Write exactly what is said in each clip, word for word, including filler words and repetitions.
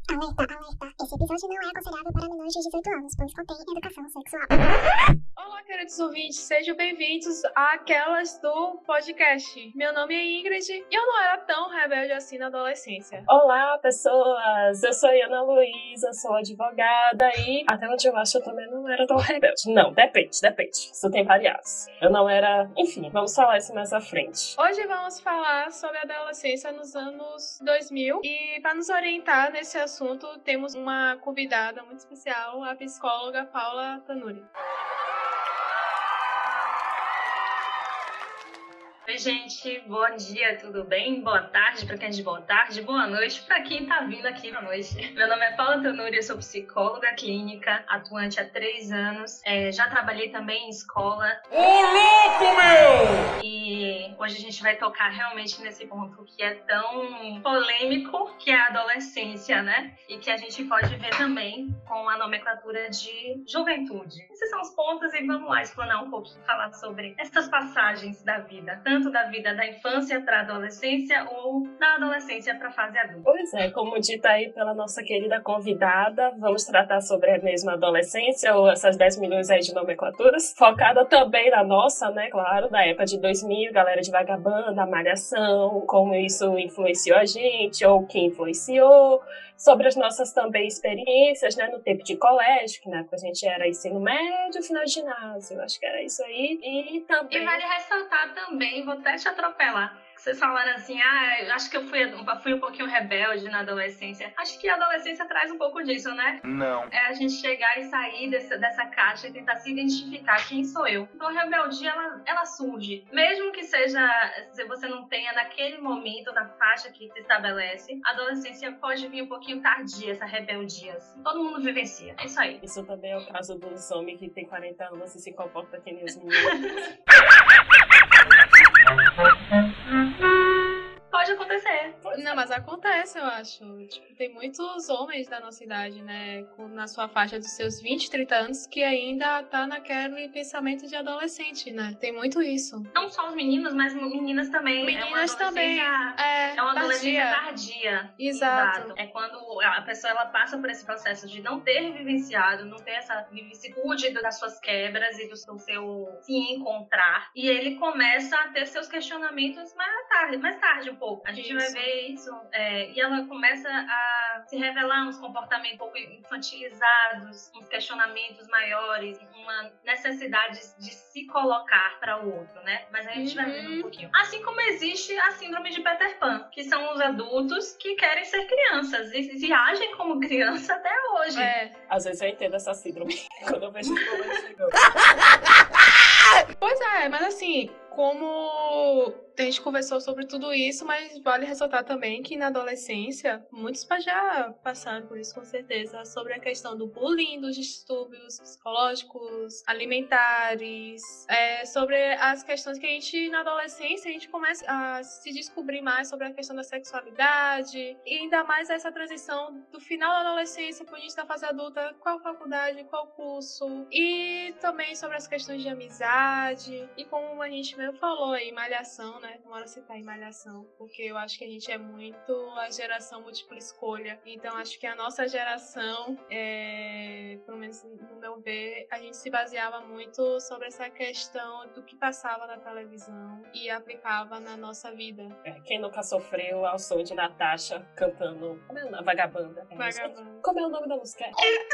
Alerta, alerta. Esse episódio não é aconselhável para menores de dezoito anos, pois contém educação sexual. Olá, queridos ouvintes, sejam bem-vindos àquelas do podcast. Meu nome é Ingrid e eu não era tão rebelde assim na adolescência. Olá, pessoas! Eu sou Ana Luísa, sou advogada e até onde eu acho eu também não era tão rebelde. Não, depende, depende. Isso tem variados. Eu não era... Enfim, vamos falar isso mais à frente. Hoje vamos falar sobre a adolescência nos anos dois mil e para nos orientar nesse assunto temos uma convidada muito especial, a psicóloga Paula Tanuri. Oi, gente, bom dia, tudo bem? Boa tarde para quem é de boa tarde, boa noite para quem tá vindo aqui à noite. Meu nome é Paula Tanuri, eu sou psicóloga clínica, atuante há três anos, é, já trabalhei também em escola. Ô, louco, meu! E hoje a gente vai tocar realmente nesse ponto que é tão polêmico, que é a adolescência, né? E que a gente pode ver também com a nomenclatura de juventude. Esses são os pontos e vamos lá explanar um pouquinho, falar sobre essas passagens da vida, tanto da vida da infância para a adolescência ou da adolescência para a fase adulta. Pois é, como dito aí pela nossa querida convidada, vamos tratar sobre a mesma adolescência ou essas dez milhões aí de nomenclaturas, focada também na nossa, né, claro, da época de dois mil, galera de Vagabanda, Malhação, como isso influenciou a gente ou que influenciou, sobre as nossas também experiências, né, no tempo de colégio, que na época a gente era ensino médio, final de ginásio, acho que era isso aí, e também... E vale ressaltar também, vou até te atropelar, vocês falaram assim, ah, eu acho que eu fui, fui um pouquinho rebelde na adolescência. Acho que a adolescência traz um pouco disso, né? Não. É a gente chegar e sair dessa, dessa caixa e tentar se identificar quem sou eu. Então a rebeldia, ela, ela surge. Mesmo que seja, se você não tenha naquele momento, na faixa que se estabelece, a adolescência pode vir um pouquinho tardia, essa rebeldia. Assim. Todo mundo vivencia. É isso aí. Isso também é o caso dos homens que tem quarenta anos e se comporta que nem os meninos. Pode acontecer. Não, mas acontece, eu acho. Tipo, tem muitos homens da nossa idade, né, com, na sua faixa dos seus vinte, trinta anos, que ainda tá naquele pensamento de adolescente, né? Tem muito isso. Não só os meninos, mas meninas também. Meninas é uma também. É, é uma adolescência tardia. tardia. Exato. Exato. É quando a pessoa ela passa por esse processo de não ter vivenciado, não ter essa vicissitude das suas quebras e do seu, seu se encontrar. E ele começa a ter seus questionamentos mais tarde, mais tarde um pouco. A gente Isso. vai ver isso. É, e ela começa a se revelar uns comportamentos um pouco infantilizados, uns questionamentos maiores, uma necessidade de se colocar para o outro, né? Mas aí a gente Uhum. vai ver um pouquinho. Assim como existe a síndrome de Peter Pan, que são os adultos que querem ser crianças e, e agem como criança até hoje. É. Às vezes eu entendo essa síndrome quando eu vejo os problemas. Pois é, mas assim, como a gente conversou sobre tudo isso, mas vale ressaltar também que na adolescência, muitos pais já passaram por isso com certeza, sobre a questão do bullying, dos distúrbios psicológicos, alimentares, é, sobre as questões que a gente, na adolescência, a gente começa a se descobrir mais sobre a questão da sexualidade, e ainda mais essa transição do final da adolescência para o início da fase adulta, qual faculdade, qual curso, e também sobre as questões de amizade, e como a gente mesmo falou aí, malhação, né? Bora citar em malhação, porque eu acho que a gente é muito a geração múltipla escolha. Então acho que a nossa geração, é, pelo menos no meu ver, a gente se baseava muito sobre essa questão do que passava na televisão e aplicava na nossa vida. É, quem nunca sofreu ao som de Natasha cantando como é o nome? Vagabanda. É, Vagabanda. como é o nome da música?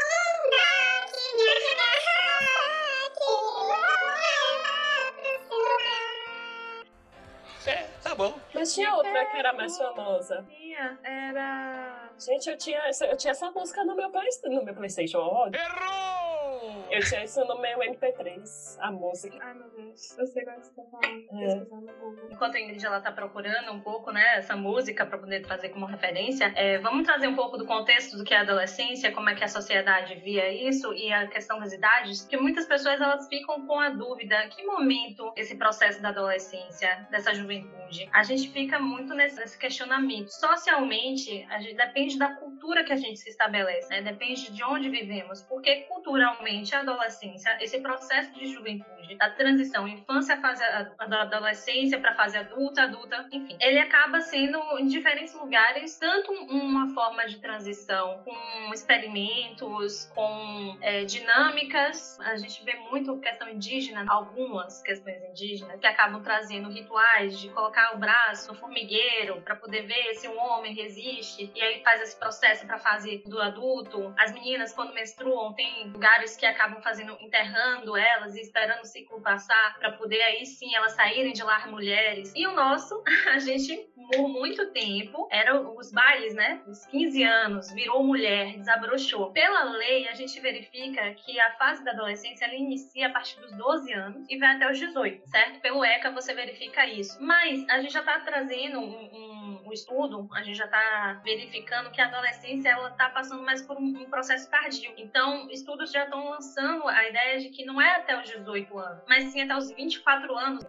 É, tá bom. Mas tinha outra que era mais famosa. Tinha, era... Gente, eu tinha, essa- eu tinha essa música no meu, Play, no meu PlayStation. Ó, Errou! eu tinha isso no meu M P três, a música. Ai, meu Deus. Eu sei qual é que você tá falando. É. Pesquisar no Google. Enquanto a Ingrid ela tá procurando um pouco, né, essa música para poder trazer como referência, é, vamos trazer um pouco do contexto do que é a adolescência, como é que a sociedade via isso e a questão das idades, porque muitas pessoas elas ficam com a dúvida, que momento esse processo da adolescência, dessa juventude, a gente fica muito nesse, nesse questionamento. Socialmente, a gente depende da cultura que a gente se estabelece, né, depende de onde vivemos, porque culturalmente a adolescência, esse processo de juventude, da transição infância à fase da adolescência para a fase adulta, adulta, enfim, ele acaba sendo em diferentes lugares, tanto uma forma de transição com experimentos, com é, dinâmicas. A gente vê muito questão indígena, algumas questões indígenas, que acabam trazendo rituais de colocar o braço no formigueiro para poder ver se um homem resiste, e aí faz esse processo para a fase do adulto. As meninas, quando menstruam, tem lugares que acabam fazendo, enterrando elas e esperando o ciclo passar para poder aí sim elas saírem de lá mulheres. E o nosso, a gente, por muito tempo, eram os bailes, né? Os quinze anos, virou mulher, desabrochou. Pela lei, a gente verifica que a fase da adolescência, ela inicia a partir dos doze anos e vai até os dezoito, certo? Pelo ECA você verifica isso. Mas a gente já tá trazendo um, um, um estudo, a gente já tá verificando que a adolescência, ela tá passando mais por um, um processo tardio. Então, estudos já estão lançando a ideia de que não é até os dezoito anos, mas sim até os vinte e quatro anos.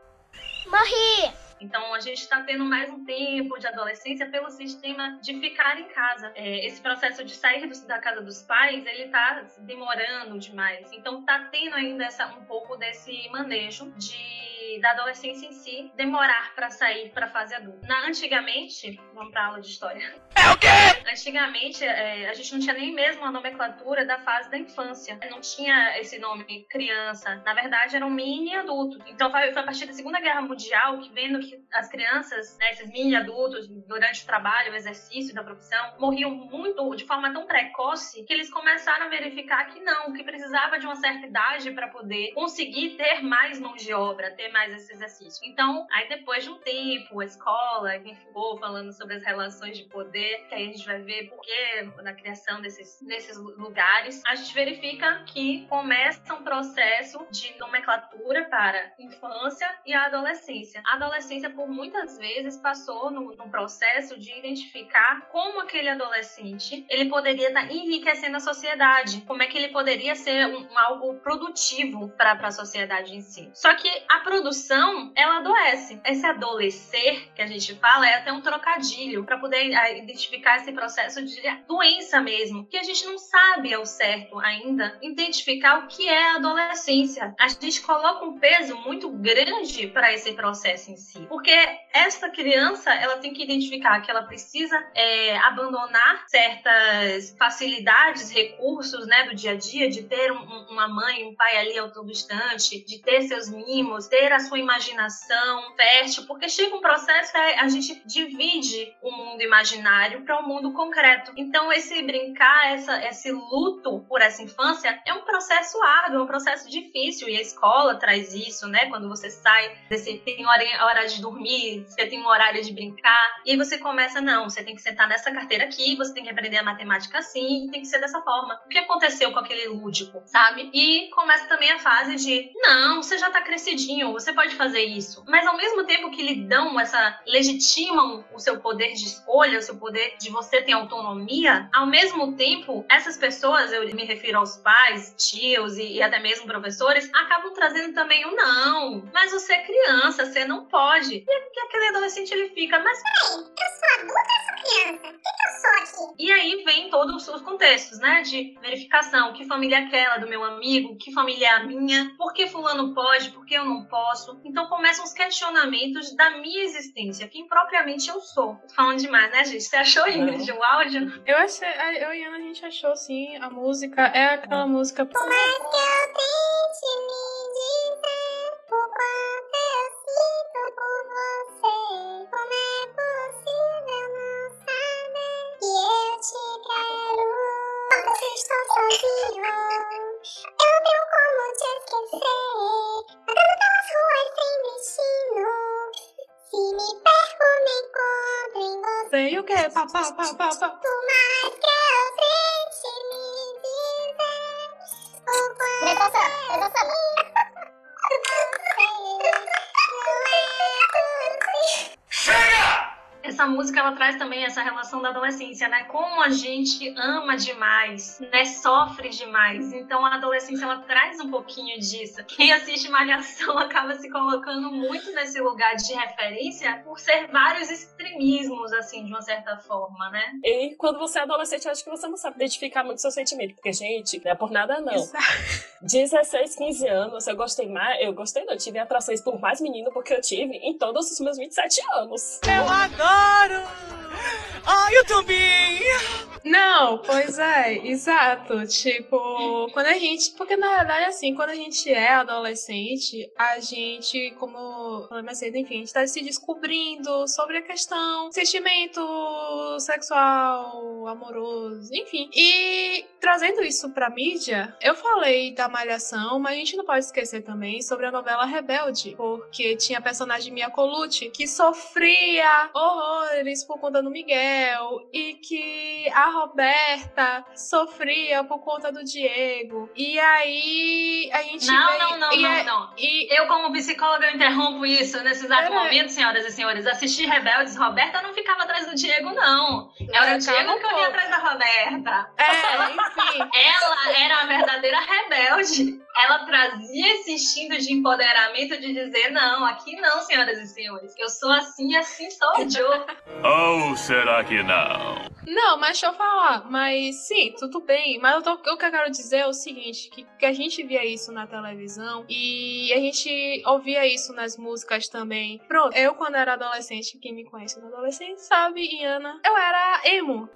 Morri! Então, a gente está tendo mais um tempo de adolescência pelo sistema de ficar em casa. É, esse processo de sair do, da casa dos pais, ele está demorando demais. Então, está tendo ainda essa, um pouco desse manejo de, da adolescência em si demorar para sair para a fase adulta. Na, antigamente, vamos para a aula de história. É o quê? Antigamente, é, a gente não tinha nem mesmo a nomenclatura da fase da infância. Não tinha esse nome criança. Na verdade, era um mini adulto. Então, foi, foi a partir da Segunda Guerra Mundial que, vendo que as crianças, né, esses mini adultos, durante o trabalho, o exercício da profissão, morriam muito, de forma tão precoce, que eles começaram a verificar que não, que precisava de uma certa idade para poder conseguir ter mais mão de obra, ter mais esse exercício. Então, aí depois de um tempo, a escola, quem ficou falando sobre as relações de poder, que aí a gente vai ver por que na criação desses, desses lugares, a gente verifica que começa um processo de nomenclatura para infância e a adolescência. A adolescência, por muitas vezes, passou no, no processo de identificar como aquele adolescente ele poderia estar enriquecendo a sociedade, como é que ele poderia ser um, um algo produtivo para a sociedade em si. Só que a produção, ela adoece. Esse adolescer que a gente fala é até um trocadilho para poder a, identificar esse processo de doença mesmo, que a gente não sabe ao certo ainda identificar o que é a adolescência. A gente coloca um peso muito grande para esse processo em si, porque esta criança, ela tem que identificar que ela precisa é, abandonar certas facilidades, recursos, né, do dia a dia, de ter um, uma mãe, um pai ali ao todo distante, de ter seus mimos, ter a sua imaginação fértil, porque chega um processo que a gente divide o mundo imaginário para o mundo concreto. Então, esse brincar, essa, esse luto por essa infância é um processo árduo, é um processo difícil, e a escola traz isso, né, quando você sai, você tem hora, hora de dormir, você tem um horário de brincar, e aí você começa, não, você tem que sentar nessa carteira aqui, você tem que aprender a matemática assim, tem que ser dessa forma. O que aconteceu com aquele lúdico, sabe? E começa também a fase de, não, você já tá crescidinho, você pode fazer isso. Mas ao mesmo tempo que lhe dão essa, legitimam o seu poder de escolha, o seu poder de você ter autonomia, ao mesmo tempo, essas pessoas, eu me refiro aos pais, tios e, e até mesmo professores, acabam trazendo também o não, mas você é criança, você não pode. E aquele adolescente, ele fica, mas Peraí, eu sou adulta ou sou criança? O que, que eu sou aqui? E aí vem todos os contextos, né? De verificação, que família é aquela do meu amigo, que família é a minha, por que fulano pode, por que eu não posso. Então começam os questionamentos da minha existência, quem propriamente eu sou. Tô falando demais, né, gente? Você achou, Ingrid, o áudio? Eu achei, eu e a Ana, a gente achou sim, a música é aquela música. Por mais que eu tente me dizer o quanto eu sinto por você, como é possível não saber que eu te quero? Quando eu estou sozinho, eu não tenho como te esquecer, andando pelas ruas sem destino. Se me perco, me encontro em você. Sei o quê? Pá, pá, pá, pá, pá. Por mais que eu tente me dizer o quanto eu sinto, Chega! Essa música, ela traz também essa relação da adolescência, né? Como a gente ama demais, né? Sofre demais. Então, a adolescência, ela traz um pouquinho disso. Quem assiste Malhação acaba se colocando muito nesse lugar de referência por ser vários extremismos, assim, de uma certa forma, né? E quando você é adolescente, eu acho que você não sabe identificar muito seu sentimento, porque, gente, não é por nada, não. Exato. dezesseis, quinze anos, eu gostei mais, eu gostei não, eu tive atrações por mais menino porque eu tive em todos os meus vinte e sete anos. Eu adoro! Ah, eu também! Não, pois é, exato. Tipo, quando a gente. Porque na verdade, assim, quando a gente é adolescente, a gente, como eu falei mais cedo, enfim, a gente tá se descobrindo sobre a questão sentimento sexual, amoroso, enfim. E trazendo isso pra mídia, eu falei da Malhação, mas a gente não pode esquecer também sobre a novela Rebelde, porque tinha a personagem Mia Colucci que sofria horrores por conta do Miguel e que a Roberta sofria por conta do Diego. E aí a gente Não, veio, não, não, e não, é- não. E Eu, como psicóloga, eu interrompo isso nesse exato Pera- momento, senhoras e senhores. Assistir Rebeldes, Roberta não ficava atrás do Diego, não. Era o Calma Diego um que corria pouco. atrás da Roberta. É, enfim. Ela era a verdadeira rebelde. Ela trazia esse instinto de empoderamento de dizer, não, aqui não, senhoras e senhores. Eu sou assim e assim sou eu. Ou será que não? Não, mas deixa eu falar. Mas sim, tudo bem. Mas eu tô- o que eu quero dizer é o seguinte: que, que a gente via isso na televisão e a gente ouvia isso nas músicas também. Pronto, eu quando era adolescente, quem me conhece na adolescente sabe, e Ana, eu era emo.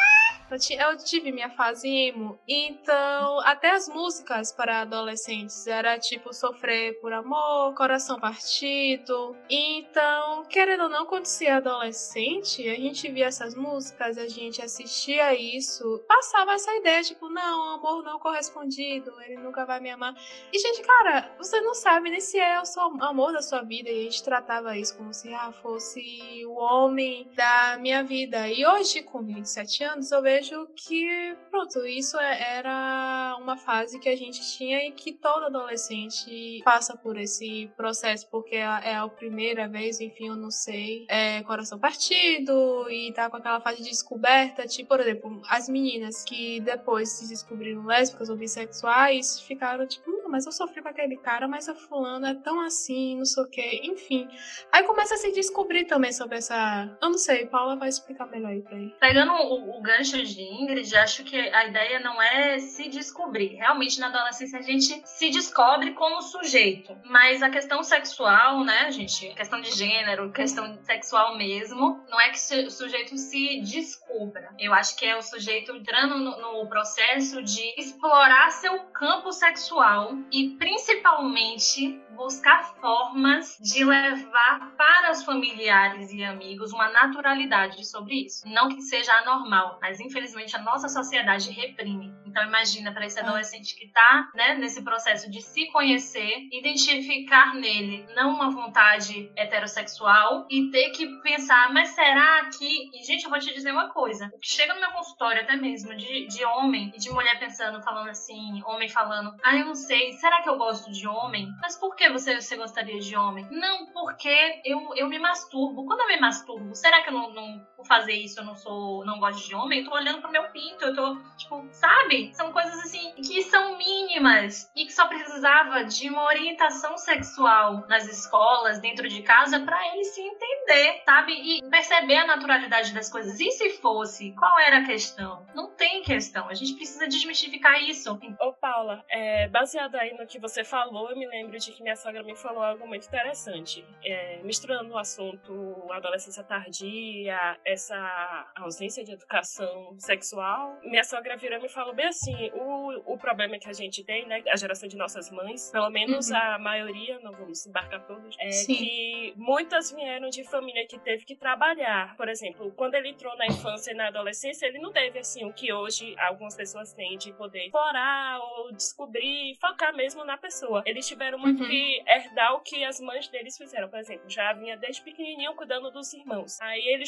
Eu, ti- eu tive minha fase emo. Então, até as músicas para adolescentes era tipo Sofrer por Amor, Coração Partido. Então, querendo ou não, quando se é adolescente, a gente via essas músicas, a gente assistia isso, passava essa ideia, tipo, não, amor não correspondido, ele nunca vai me amar. E, gente, cara, você não sabe nem se é o seu amor da sua vida. E a gente tratava isso como se ah, fosse o homem da minha vida. E hoje, com vinte e sete anos, eu vejo que, pronto, isso é- era uma fase que a gente tinha e que todo adolescente passa por esse processo, porque é é a primeira vez, enfim, eu não sei, é coração partido e tá com aquela fase de descoberta, tipo, por exemplo, as meninas que depois se descobriram lésbicas ou bissexuais ficaram tipo, não, mas eu sofri com aquele cara, mas a fulana é tão assim, não sei o que, enfim. Aí começa a se descobrir também sobre essa. Eu não sei, Paula vai explicar melhor aí pra ele. Pegando o, o gancho de Ingrid, acho que a ideia não é se descobrir. Realmente, na adolescência, a gente se descobre como sujeito. Mas a questão sexual, né, gente? Questão de gênero, questão sexual mesmo, não é que o sujeito se descubra. Eu acho que é o sujeito entrando no, no processo de explorar seu campo sexual e, principalmente, buscar formas de levar para os familiares e amigos uma naturalidade sobre isso. Não que seja anormal, mas infelizmente a nossa sociedade reprime. Então imagina para esse adolescente que está, né, nesse processo de se conhecer, identificar nele não uma vontade heterossexual e ter que pensar, mas será que... E gente, eu vou te dizer uma coisa. O que chega no meu consultório até mesmo de, de homem e de mulher pensando, falando assim, homem falando, ah, eu não sei, será que eu gosto de homem? Mas por que você, você gostaria de homem? Não, porque eu, eu me masturbo. Quando eu me masturbo, será que eu não, não por fazer isso eu não sou, não gosto de homem? Eu tô olhando pro meu pinto, eu tô, tipo, sabe? São coisas assim que são mínimas e que só precisava de uma orientação sexual nas escolas, dentro de casa, pra ele se entender, sabe? E perceber a naturalidade das coisas. E se fosse? Qual era a questão? Não tem questão. A gente precisa desmistificar isso. Ô, Paula, é, baseado aí no que você falou, eu me lembro de que minha sogra me falou algo muito interessante. É, misturando o assunto adolescência tardia, essa ausência de educação sexual, minha sogra virou e me falou bem assim, o, o problema que a gente tem, né, a geração de nossas mães, pelo menos Uhum. a maioria, não vamos embarcar todos, é Sim. que muitas vieram de família que teve que trabalhar. Por exemplo, quando ele entrou na infância e na adolescência, ele não teve assim o que hoje algumas pessoas têm de poder explorar ou descobrir, focar mesmo na pessoa. Eles tiveram muito Uhum. que herdar o que as mães deles fizeram. Por exemplo, já vinha desde pequenininho cuidando dos irmãos. Aí eles não tiveram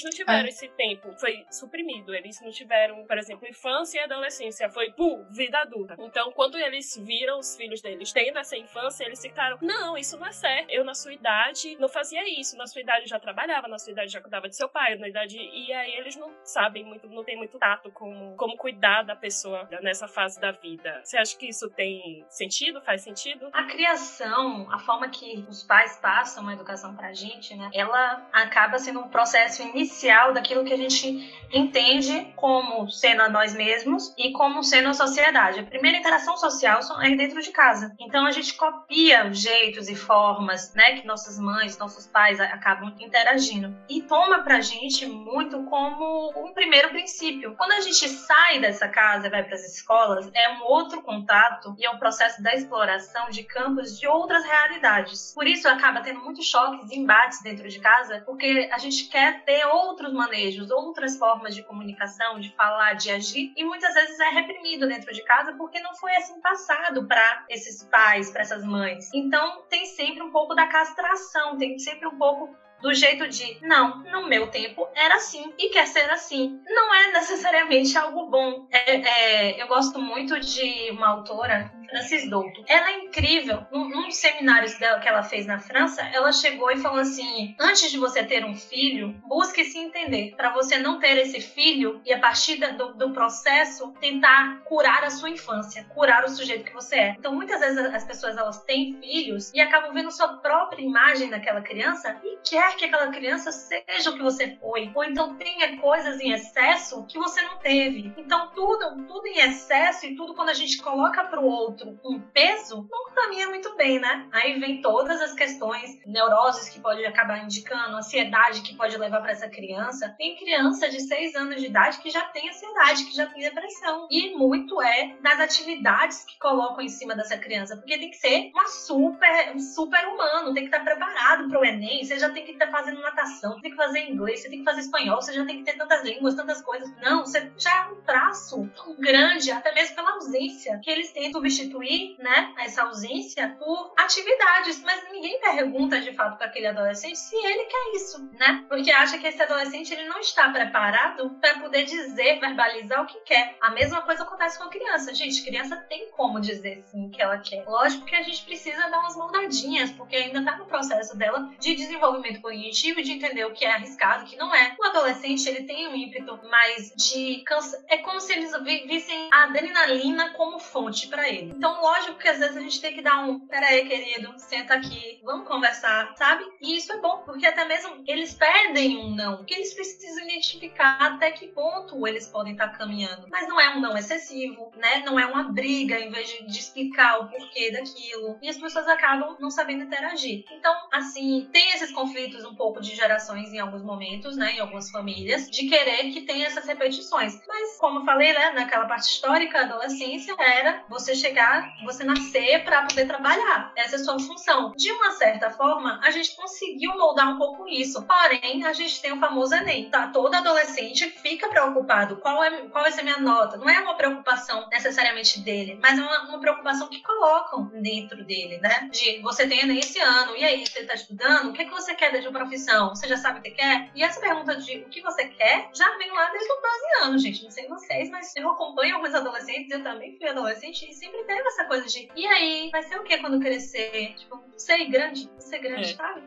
esse tempo foi suprimido. Eles não tiveram, por exemplo, infância e adolescência. Foi, pô, vida adulta. Então, quando eles viram os filhos deles tendo essa infância, eles ficaram, não, isso não é certo. Eu, na sua idade, não fazia isso. Na sua idade, eu já trabalhava. Na sua idade, já cuidava de seu pai. Na idade... E aí, eles não sabem muito, não tem muito tato como, como cuidar da pessoa nessa fase da vida. Você acha que isso tem sentido? Faz sentido? A criação, a forma que os pais passam a educação pra gente, né? Ela acaba sendo um processo inicial daquilo que a gente entende como sendo a nós mesmos e como sendo a sociedade. A primeira interação social é dentro de casa. Então a gente copia os jeitos e formas, né, que nossas mães, nossos pais acabam interagindo e toma pra gente muito como um primeiro princípio. Quando a gente sai dessa casa e vai para as escolas, é um outro contato e é um processo da exploração de campos de outras realidades. Por isso acaba tendo muitos choques e embates dentro de casa, porque a gente quer ter outros manejos, outras formas de comunicação, de falar, de agir, e muitas vezes é reprimido dentro de casa porque não foi assim passado para esses pais, para essas mães. Então tem sempre um pouco da castração, tem sempre um pouco do jeito de, não, no meu tempo era assim e quer ser assim. Não é necessariamente algo bom. É, é, eu gosto muito de uma autora, Frances Douto. Ela é incrível. Num, num dos seminários dela que ela fez na França, ela chegou e falou assim, antes de você ter um filho, busque se entender, para você não ter esse filho e a partir do, do processo tentar curar a sua infância, curar o sujeito que você é. Então muitas vezes as pessoas elas têm filhos e acabam vendo sua própria imagem daquela criança e quer que aquela criança seja o que você foi, ou então tenha coisas em excesso que você não teve. Então tudo, tudo em excesso e tudo quando a gente coloca para o outro um peso, não caminha muito bem, né? Aí vem todas as questões, neuroses que pode acabar indicando, ansiedade que pode levar para essa criança. Tem criança de seis anos de idade que já tem ansiedade, que já tem depressão. E muito é das atividades que colocam em cima dessa criança, porque tem que ser uma super, um super humano, tem que estar preparado para o Enem, você já tem que estar fazendo natação, você tem que fazer inglês, você tem que fazer espanhol, você já tem que ter tantas línguas, tantas coisas. Não, você já é um traço tão grande, até mesmo pela ausência, que eles têm substituir, né, essa ausência por atividades, mas ninguém pergunta de fato para aquele adolescente se ele quer isso, né? Porque acha que esse adolescente ele não está preparado para poder dizer, verbalizar o que quer. A mesma coisa acontece com a criança. Gente, criança tem como dizer sim o que ela quer. Lógico que a gente precisa dar umas moldadinhas, porque ainda está no processo dela de desenvolvimento cognitivo e de entender o que é arriscado, o que não é. O adolescente, ele tem um ímpeto mais de cansa... é como se eles vissem a adrenalina como fonte para ele. Então, lógico que às vezes a gente tem que dar um, peraí, querido, senta aqui, vamos conversar, sabe? E isso é bom, porque até mesmo eles pedem um não, porque eles precisam identificar até que ponto eles podem estar caminhando. Mas não é um não excessivo, né? Não é uma briga, em vez de, de explicar o porquê daquilo. E as pessoas acabam não sabendo interagir. Então, assim, tem esses conflitos um pouco de gerações em alguns momentos, né? Em algumas famílias, de querer que tenha essas repetições. Mas, como eu falei, né? Naquela parte histórica, a adolescência era você chegar, você nascer para poder trabalhar. Essa é a sua função. De uma certa forma, a gente conseguiu moldar um pouco isso. Porém, a gente tem o famoso Enem. Tá? Todo adolescente fica preocupado. Qual, é, qual vai ser minha nota? Não é uma preocupação necessariamente dele, mas é uma, uma preocupação que colocam dentro dele, né? De você tem Enem esse ano, e aí, você tá estudando? O que, é que você quer de uma profissão? Você já sabe o que quer? E essa pergunta de o que você quer já vem lá desde os doze anos, gente. Não sei vocês, mas eu acompanho alguns adolescentes, eu também fui adolescente, e sempre teve essa coisa de e aí, vai ser o que quando crescer? Tipo, não sei, grande, não sei grande, é. Sabe?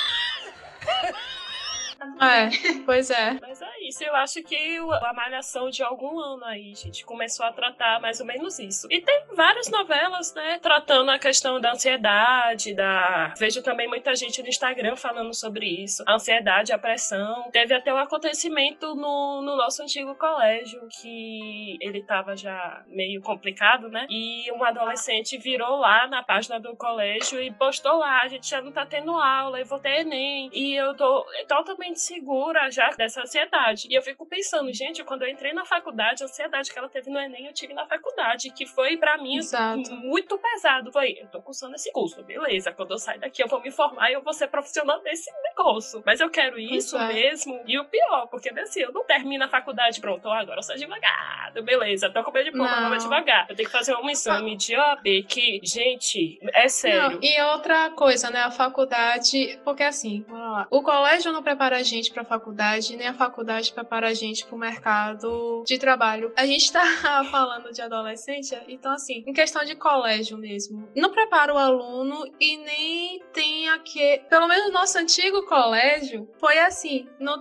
É, pois é. Mas é isso, eu acho que a Malhação de algum ano aí, gente, começou a tratar mais ou menos isso. E tem várias novelas, né, tratando a questão da ansiedade, da... Vejo também muita gente no Instagram falando sobre isso. A ansiedade, a pressão. Teve até um acontecimento no, no nosso antigo colégio, que ele tava já meio complicado, né, e um adolescente virou lá na página do colégio e postou lá, a gente já não tá tendo aula, eu vou ter Enem, e eu tô totalmente segura já dessa ansiedade. E eu fico pensando, gente, quando eu entrei na faculdade, a ansiedade que ela teve no Enem, eu tive na faculdade, que foi pra mim Exato. Muito pesado. Foi, eu tô cursando esse curso, beleza, quando eu sair daqui eu vou me formar e eu vou ser profissional desse negócio. Mas eu quero isso Exato. mesmo. E o pior, porque assim, eu não termino a faculdade, pronto, agora eu sou advogado, beleza, tô com meu diploma, Não. vamos advogar. Eu tenho que fazer um exame de O A B que, gente, é sério. Não, e outra coisa, né, a faculdade, porque assim, vamos lá, o colégio não prepara prepara a gente para a faculdade, nem a faculdade prepara a gente para o mercado de trabalho. A gente tá falando de adolescência, então assim, em questão de colégio mesmo, não prepara o aluno e nem tem aqui, pelo menos no nosso antigo colégio, foi assim, não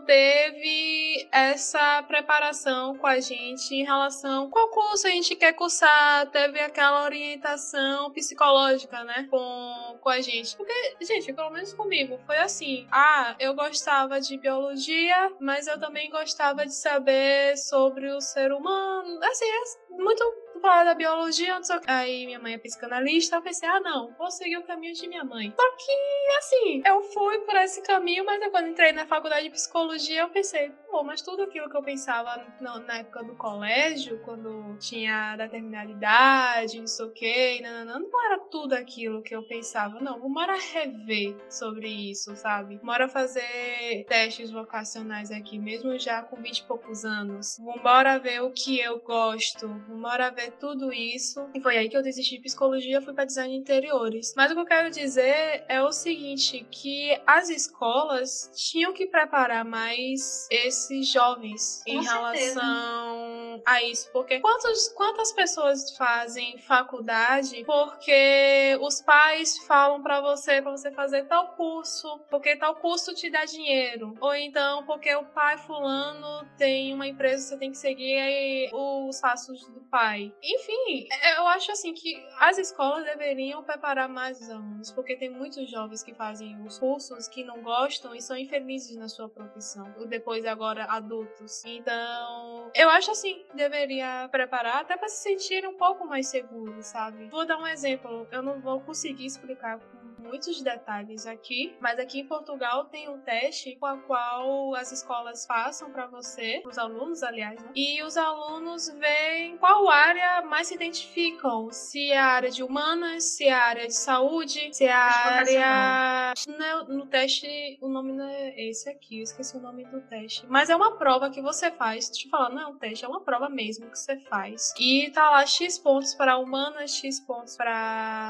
teve essa preparação com a gente em relação a qual curso a gente quer cursar, teve aquela orientação psicológica, né, com, com a gente. Porque, gente, pelo menos comigo, foi assim, ah, eu gostava de biologia, mas eu também gostava de saber sobre o ser humano, assim, é muito falar da biologia, não sei o que. Aí minha mãe é psicanalista, eu pensei, ah não, vou seguir o caminho de minha mãe. Só que, assim, eu fui por esse caminho, mas eu, quando entrei na faculdade de psicologia, eu pensei, pô, mas tudo aquilo que eu pensava na, na época do colégio, quando tinha determinada idade, não sei o que, não, não, não era tudo aquilo que eu pensava, não, vamos embora rever sobre isso, sabe? Bora fazer testes vocacionais aqui, mesmo já com vinte e poucos anos. Vambora ver o que eu gosto, vambora ver tudo isso. E foi aí que eu desisti de psicologia, fui para design de interiores. Mas o que eu quero dizer é o seguinte, que as escolas tinham que preparar mais esses jovens em Com certeza. relação a isso. Porque quantos, quantas pessoas fazem faculdade porque os pais falam para você, para você fazer tal curso, porque tal curso te dá dinheiro. Ou então porque o pai fulano tem uma empresa, você tem que seguir os passos do pai. Enfim, eu acho assim que as escolas deveriam preparar mais os alunos, porque tem muitos jovens que fazem os cursos que não gostam e são infelizes na sua profissão, depois agora adultos. Então, eu acho assim, deveria preparar até para se sentirem um pouco mais seguros, sabe? Vou dar um exemplo, eu não vou conseguir explicar com muitos detalhes aqui, mas aqui em Portugal tem um teste com a qual as escolas passam para você, os alunos, aliás, né? E os alunos veem qual área mais se identificam, se é a área de humanas, se é a área de saúde, se é a área... No, no teste, o nome não é esse aqui, eu esqueci o nome do teste, mas é uma prova que você faz, deixa eu falar, não é um teste, é uma prova mesmo que você faz, e tá lá X pontos para humanas, X pontos para...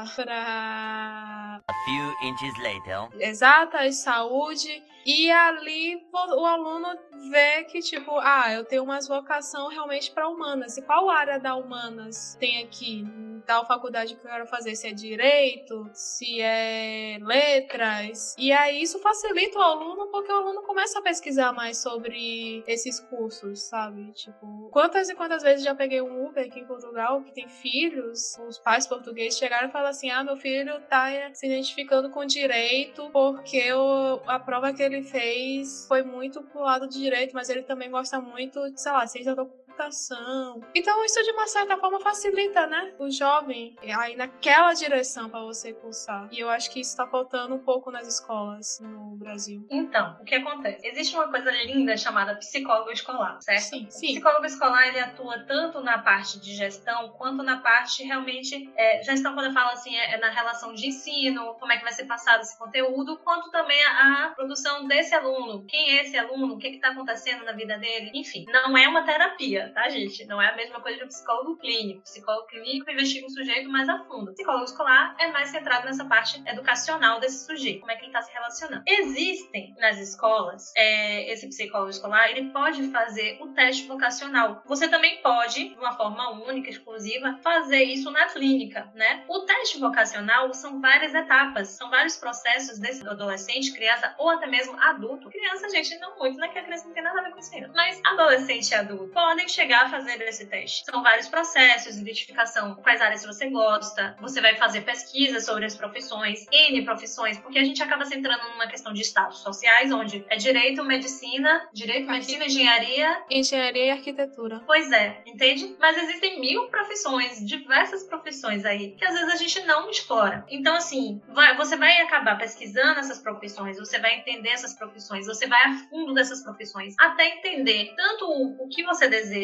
para... A few inches later. exatas, saúde, e ali o aluno vê que, tipo, ah, eu tenho uma vocação realmente para humanas. E qual área da humanas tem aqui? Tal faculdade que eu quero fazer? Se é direito? Se é letras? E aí isso facilita o aluno, porque o aluno começa a pesquisar mais sobre esses cursos, sabe? Tipo, quantas e quantas vezes já peguei um Uber aqui em Portugal que tem filhos, os pais portugueses chegaram e falaram assim, ah, meu filho tá se identificando com direito porque o, a prova que ele fez foi muito pro lado de direito, mas ele também gosta muito de, sei lá, ciência da computação. Então isso de uma certa forma facilita, né, o jovem aí naquela direção para você cursar. E eu acho que isso tá faltando um pouco nas escolas no Brasil. Então, o que acontece? Existe uma coisa linda chamada psicólogo escolar, certo? Sim, sim. O psicólogo escolar, ele atua tanto na parte de gestão, quanto na parte realmente, é, gestão quando eu falo assim, é, é na relação de ensino, como é que vai ser passado esse conteúdo, quanto também a, a produção desse aluno. Quem é esse aluno? O que está acontecendo na vida dele? Enfim, não é uma terapia, tá, gente? Não é a mesma coisa de um psicólogo clínico. O psicólogo clínico investiga o sujeito mais a fundo. O psicólogo escolar é mais centrado nessa parte educacional desse sujeito, como é que ele está se relacionando. Existem nas escolas, é, esse psicólogo escolar, ele pode fazer o teste vocacional. Você também pode, de uma forma única, exclusiva, fazer isso na clínica, né? O teste vocacional são várias etapas, são vários processos desse adolescente, criança ou até mesmo adulto. Criança, gente, não muito, né? Que a criança não tem nada a ver com isso ainda. Mas adolescente e adulto podem chegar a fazer esse teste. São vários processos, identificação, quais áreas você gosta, você vai fazer pesquisa sobre as profissões, N profissões, porque a gente acaba se entrando numa questão de status sociais, onde é direito, medicina, direito, medicina, engenharia... Engenharia e arquitetura. Pois é, entende? Mas existem mil profissões, diversas profissões aí, que às vezes a gente não explora. Então, assim, vai, você vai acabar pesquisando essas profissões, você vai entender essas profissões, você vai a fundo dessas profissões, até entender tanto o, o que você deseja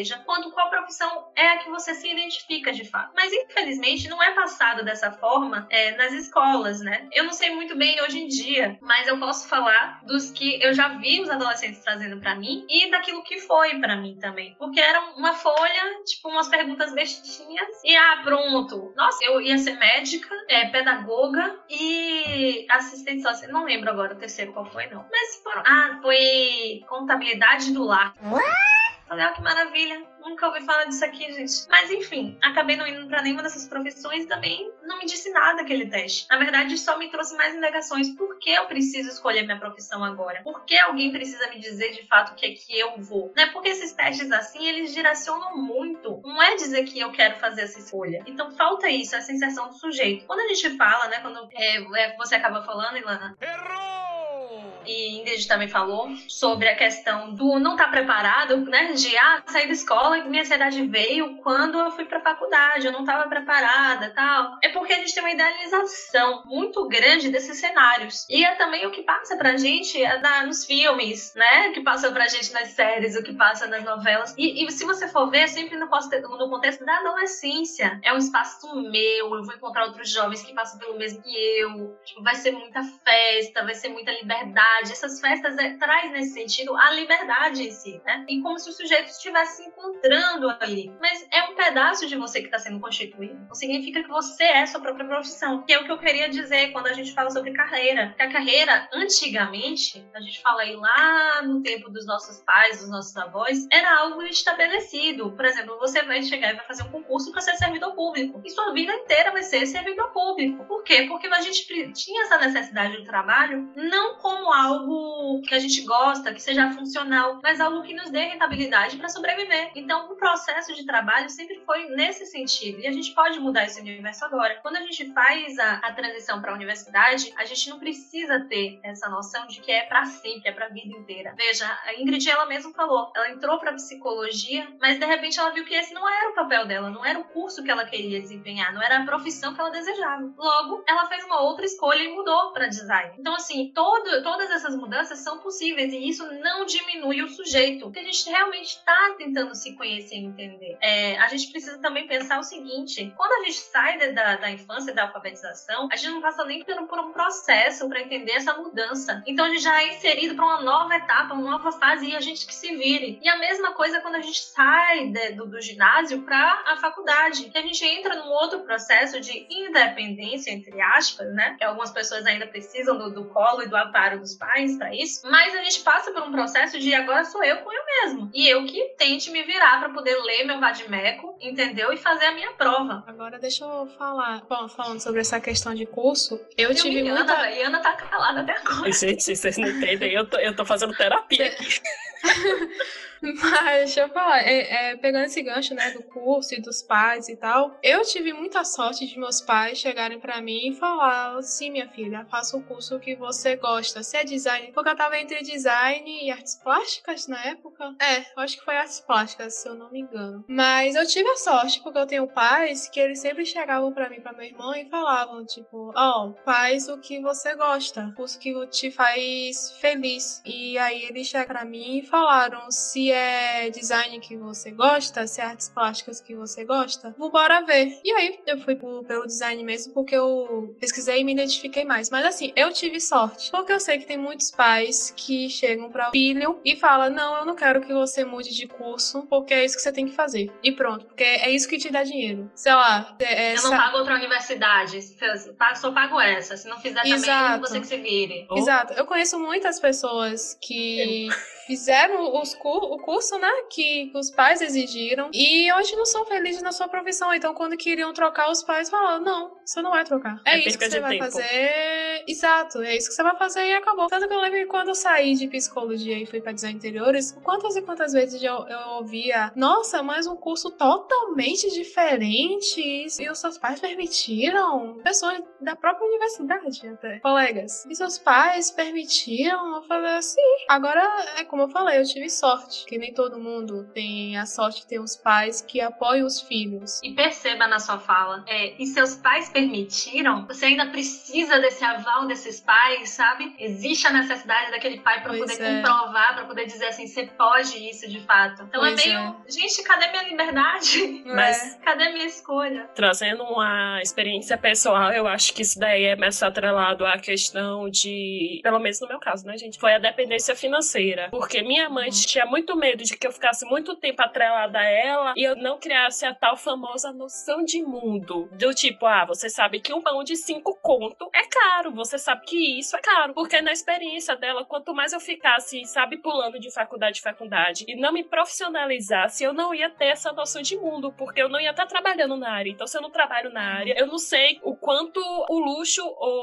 deseja, quanto qual profissão é a que você se identifica de fato. Mas, infelizmente, não é passado dessa forma é, nas escolas, né? Eu não sei muito bem hoje em dia, mas eu posso falar dos que eu já vi os adolescentes trazendo pra mim e daquilo que foi pra mim também. Porque era uma folha, tipo, umas perguntas bestinhas e, ah, pronto. Nossa, eu ia ser médica, é, pedagoga e assistente social. Não lembro agora o terceiro qual foi, não. Mas, foram... ah, foi contabilidade do lar. Falei, ó, que maravilha. Nunca ouvi falar disso aqui, gente. Mas, enfim, acabei não indo pra nenhuma dessas profissões e também não me disse nada aquele teste. Na verdade, só me trouxe mais indagações. Por que eu preciso escolher minha profissão agora? Por que alguém precisa me dizer, de fato, o que é que eu vou? Né? Porque esses testes, assim, eles direcionam muito. Não é dizer que eu quero fazer essa escolha. Então, falta isso, essa inserção do sujeito. Quando a gente fala, né, quando é, você acaba falando, Ilana... Errou! E Ingrid também falou sobre a questão do não estar preparado, né? De, ah, sair da escola e minha ansiedade veio quando eu fui pra faculdade, eu não estava preparada e tal. É porque a gente tem uma idealização muito grande desses cenários. E é também o que passa pra gente é da, nos filmes, né? O que passa pra gente nas séries, o que passa nas novelas. E, e se você for ver, é sempre no, no contexto da adolescência. É um espaço meu, eu vou encontrar outros jovens que passam pelo mesmo que eu. Tipo, vai ser muita festa, vai ser muita liberdade. Essas festas é, traz nesse sentido a liberdade em si, né? E como se o sujeito estivesse se encontrando ali. Mas é um pedaço de você que está sendo constituído. Não significa que você é sua própria profissão. Que é o que eu queria dizer quando a gente fala sobre carreira. Que a carreira, antigamente, a gente fala aí lá no tempo dos nossos pais, dos nossos avós, era algo estabelecido. Por exemplo, você vai chegar e vai fazer um concurso para ser servidor público. E sua vida inteira vai ser servidor público. Por quê? Porque a gente tinha essa necessidade do trabalho não como algo que a gente gosta, que seja funcional, mas algo que nos dê rentabilidade para sobreviver. Então, o processo de trabalho sempre foi nesse sentido. E a gente pode mudar esse universo agora. Quando a gente faz a, a transição para a universidade, a gente não precisa ter essa noção de que é para sempre, é para a vida inteira. Veja, a Ingrid, ela mesma falou, ela entrou para psicologia, mas de repente ela viu que esse não era o papel dela, não era o curso que ela queria desempenhar, não era a profissão que ela desejava. Logo, ela fez uma outra escolha e mudou para design. Então, assim, todo, todas essas mudanças são possíveis e isso não diminui o sujeito, porque a gente realmente está tentando se conhecer e entender. É, a gente precisa também pensar o seguinte, quando a gente sai de, da, da infância e da alfabetização, a gente não passa nem por, por um processo para entender essa mudança. Então a gente já é inserido para uma nova etapa, uma nova fase e a gente que se vire. E a mesma coisa quando a gente sai de, do, do ginásio para a faculdade, que a gente entra num outro processo de independência, entre aspas, né? Que algumas pessoas ainda precisam do, do colo e do amparo dos pais para isso, mas a gente passa por um processo de agora sou eu com eu mesmo. E eu que tente me virar para poder ler meu vadimeco, entendeu? E fazer a minha prova. Agora deixa eu falar. Bom, falando sobre essa questão de curso, eu, eu tive muita... Ana, e Ana tá calada até agora. Gente, vocês não entendem, eu tô, eu tô fazendo terapia aqui. Mas, deixa eu falar, é, é, pegando esse gancho, né, do curso e dos pais e tal, eu tive muita sorte de meus pais chegarem pra mim e falar, sim, minha filha, faça o curso que você gosta, se é design, porque eu tava entre design e artes plásticas na época, é, eu acho que foi artes plásticas, se eu não me engano, mas eu tive a sorte, porque eu tenho pais que eles sempre chegavam pra mim, pra meu irmão e falavam, tipo, ó, oh, faz o que você gosta, o curso que te faz feliz, e aí eles chegaram pra mim e falaram, se é design que você gosta, se é artes plásticas que você gosta, vou bora ver. E aí eu fui pro, pelo design mesmo porque eu pesquisei e me identifiquei mais. Mas assim, eu tive sorte, porque eu sei que tem muitos pais que chegam para o filho e falam, não, eu não quero que você mude de curso, porque é isso que você tem que fazer. E pronto, porque é isso que te dá dinheiro. Sei lá. É, eu não sa... pago outra universidade, só pago essa. Se não fizer Exato. Também, você que se vire. Exato. Eu conheço muitas pessoas que fizeram os cu- o curso, né, que os pais exigiram e hoje não são felizes na sua profissão. Então, quando queriam trocar, os pais falaram, não, você não vai trocar. É, é isso que você vai tempo. fazer. Exato, é isso que você vai fazer e acabou. Tanto que eu lembro que quando eu saí de psicologia e fui pra design interiores, quantas e quantas vezes eu, eu ouvia, nossa, mas um curso totalmente diferente e os seus pais permitiram? Pessoas da própria universidade até, colegas. E seus pais permitiram? Eu falei assim, agora é como eu falei, eu tive sorte, que nem todo mundo tem a sorte de ter os pais que apoiam os filhos. E perceba na sua fala, é, e seus pais permitiram? Você ainda precisa desse aval desses pais, sabe? Existe a necessidade daquele pai para poder é. comprovar, para poder dizer assim, você pode pode isso de fato. Então Pois é meio, gente, cadê minha liberdade? Mas- Cadê minha escolha? Trazendo uma experiência pessoal, eu acho que isso daí é mais atrelado à questão de, pelo menos no meu caso, né, gente? Foi a dependência financeira. Porque minha mãe tinha muito medo de que eu ficasse muito tempo atrelada a ela e eu não criasse a tal famosa noção de mundo. Do tipo, ah, você sabe que um pão de cinco conto é caro, você sabe que isso é caro. Porque na experiência dela, quanto mais eu ficasse, sabe, pulando de faculdade em faculdade e não me profissionalizasse, eu não ia ter essa noção de mundo, porque eu não ia estar trabalhando na área. Então, se eu não trabalho na área, eu não sei o quanto o luxo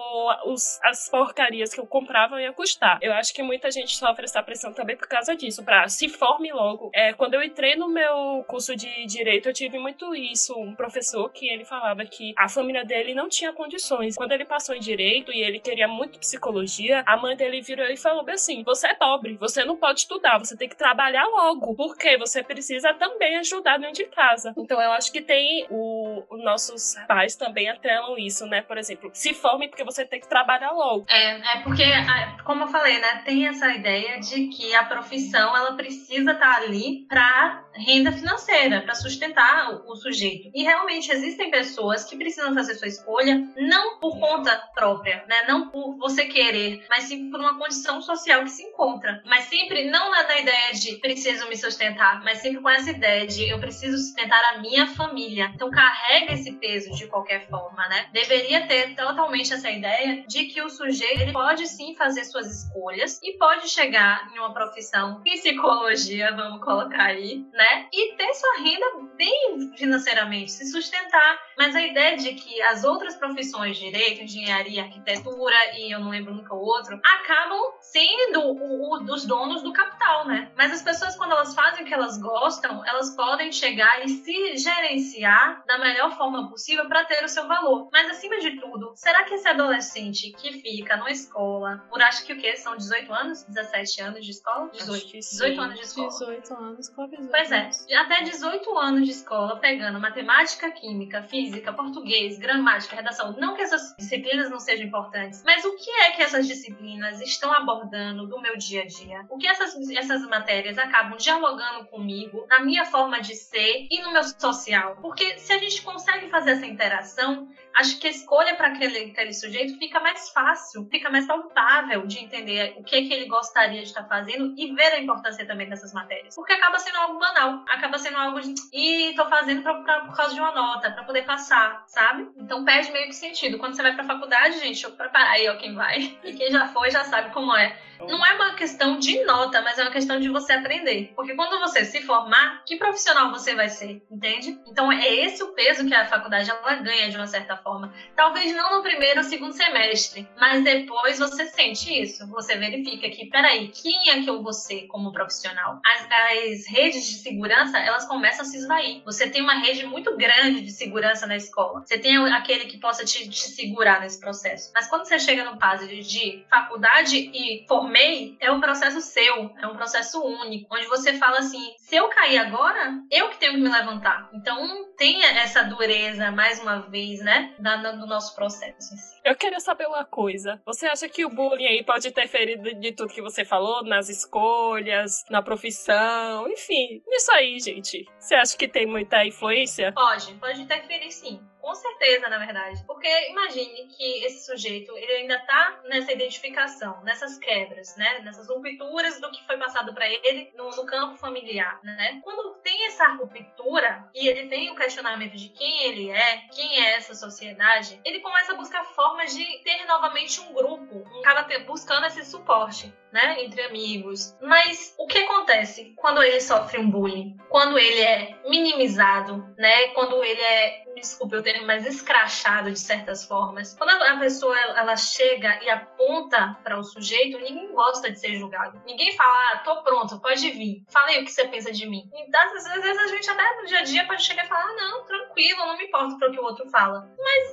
ou os, as porcarias que eu comprava ia custar. Eu acho que muita gente sofre essa pressão também por causa disso, pra se forme logo. É, quando eu entrei no meu curso de Direito, eu tive muito isso. Um professor que ele falava que a família dele não tinha condições. Quando ele passou em Direito e ele queria muito psicologia, a mãe dele virou e falou assim, você é pobre, você não pode estudar, você tem que trabalhar logo, porque você precisa também ajudar dentro de casa. Então eu acho que tem o, os nossos pais também atrelam isso, né? Por exemplo, se forme porque você tem que trabalhar logo. É, é porque, como eu falei, né, tem essa ideia de que a profissão, ela precisa estar ali para renda financeira, para sustentar o, o sujeito. E realmente existem pessoas que precisam fazer sua escolha não por conta própria, né, não por você querer, mas sim por uma condição social que se encontra. Mas sempre, não na, na ideia de preciso me sustentar, mas sempre com essa ideia de eu preciso sustentar a minha família. Então carrega esse peso de qualquer forma, né? Deveria ter totalmente essa ideia de que o sujeito ele pode sim fazer suas escolhas e pode chegar em uma profissão, psicologia, vamos colocar aí, né? E ter sua renda bem financeiramente, se sustentar. Mas a ideia de que as outras profissões, direito, engenharia, arquitetura e eu não lembro nunca o outro, acabam sendo o, o, os donos do capital, né? Mas as pessoas, quando elas fazem o que elas gostam, elas podem chegar e se gerenciar da melhor forma possível para ter o seu valor. Mas acima de tudo, será que esse adolescente que fica numa escola por acho que o quê? São dezoito anos? dezessete anos de escola? dezoito. dezoito anos de escola. dezoito anos, quase dezoito Pois é, anos. até dezoito anos de escola pegando matemática, química, física, português, gramática, redação. Não que essas disciplinas não sejam importantes, mas o que é que essas disciplinas estão abordando do meu dia a dia? O que essas, essas matérias acabam dialogando comigo, na minha forma de ser e no meu social? Porque se a gente consegue fazer essa interação, acho que a escolha para aquele, aquele sujeito fica mais fácil, fica mais palpável de entender o que é que ele gostaria de estar fazendo e ver a importância também dessas matérias. Porque acaba sendo algo banal, acaba sendo algo de ih, tô fazendo pra, pra, por causa de uma nota, pra poder passar, sabe? Então perde meio que sentido. Quando você vai pra faculdade, gente, deixa eu preparar aí, ó, quem vai. E quem já foi já sabe como é. Não é uma questão de nota, mas é uma questão de você aprender. Porque quando você se formar, que profissional você vai ser, entende? Então é esse o peso que a faculdade ela ganha de uma certa forma. Talvez não no primeiro ou segundo semestre, mas depois você sente isso. Você verifica que, peraí, quem é que eu vou ser como profissional? As, as redes de segurança, elas começam a se esvair. Você tem uma rede muito grande de segurança na escola. Você tem aquele que possa te, te segurar nesse processo. Mas quando você chega no fase de faculdade e formei, é um processo seu, é um processo único, onde você fala assim, se eu cair agora, eu que tenho que me levantar. Então, tem essa dureza, mais uma vez, né, do nosso processo. Eu queria saber uma coisa. Você acha que o bullying aí pode interferir de tudo que você falou, nas escolhas, na profissão, enfim, nisso aí, gente? Você acha que tem muita influência? Pode, pode interferir sim. Com certeza, na verdade. Porque imagine que esse sujeito, ele ainda tá nessa identificação, nessas quebras, né? Nessas rupturas do que foi passado para ele no, no campo familiar, né? Quando tem essa ruptura e ele tem o questionamento de quem ele é, quem é essa sociedade, ele começa a buscar formas de ter novamente um grupo, acaba ter, buscando esse suporte, né? Entre amigos. Mas o que acontece quando ele sofre um bullying? Quando ele é minimizado, né? Quando ele é, desculpa eu termo, mais escrachado de certas formas. Quando a pessoa ela chega e aponta para o sujeito, ninguém gosta de ser julgado. Ninguém fala, ah, tô pronto, pode vir. Fala aí o que você pensa de mim. E às vezes a gente até no dia a dia pode chegar e falar, ah, não, tranquilo, não me importo para o que o outro fala. Mas tem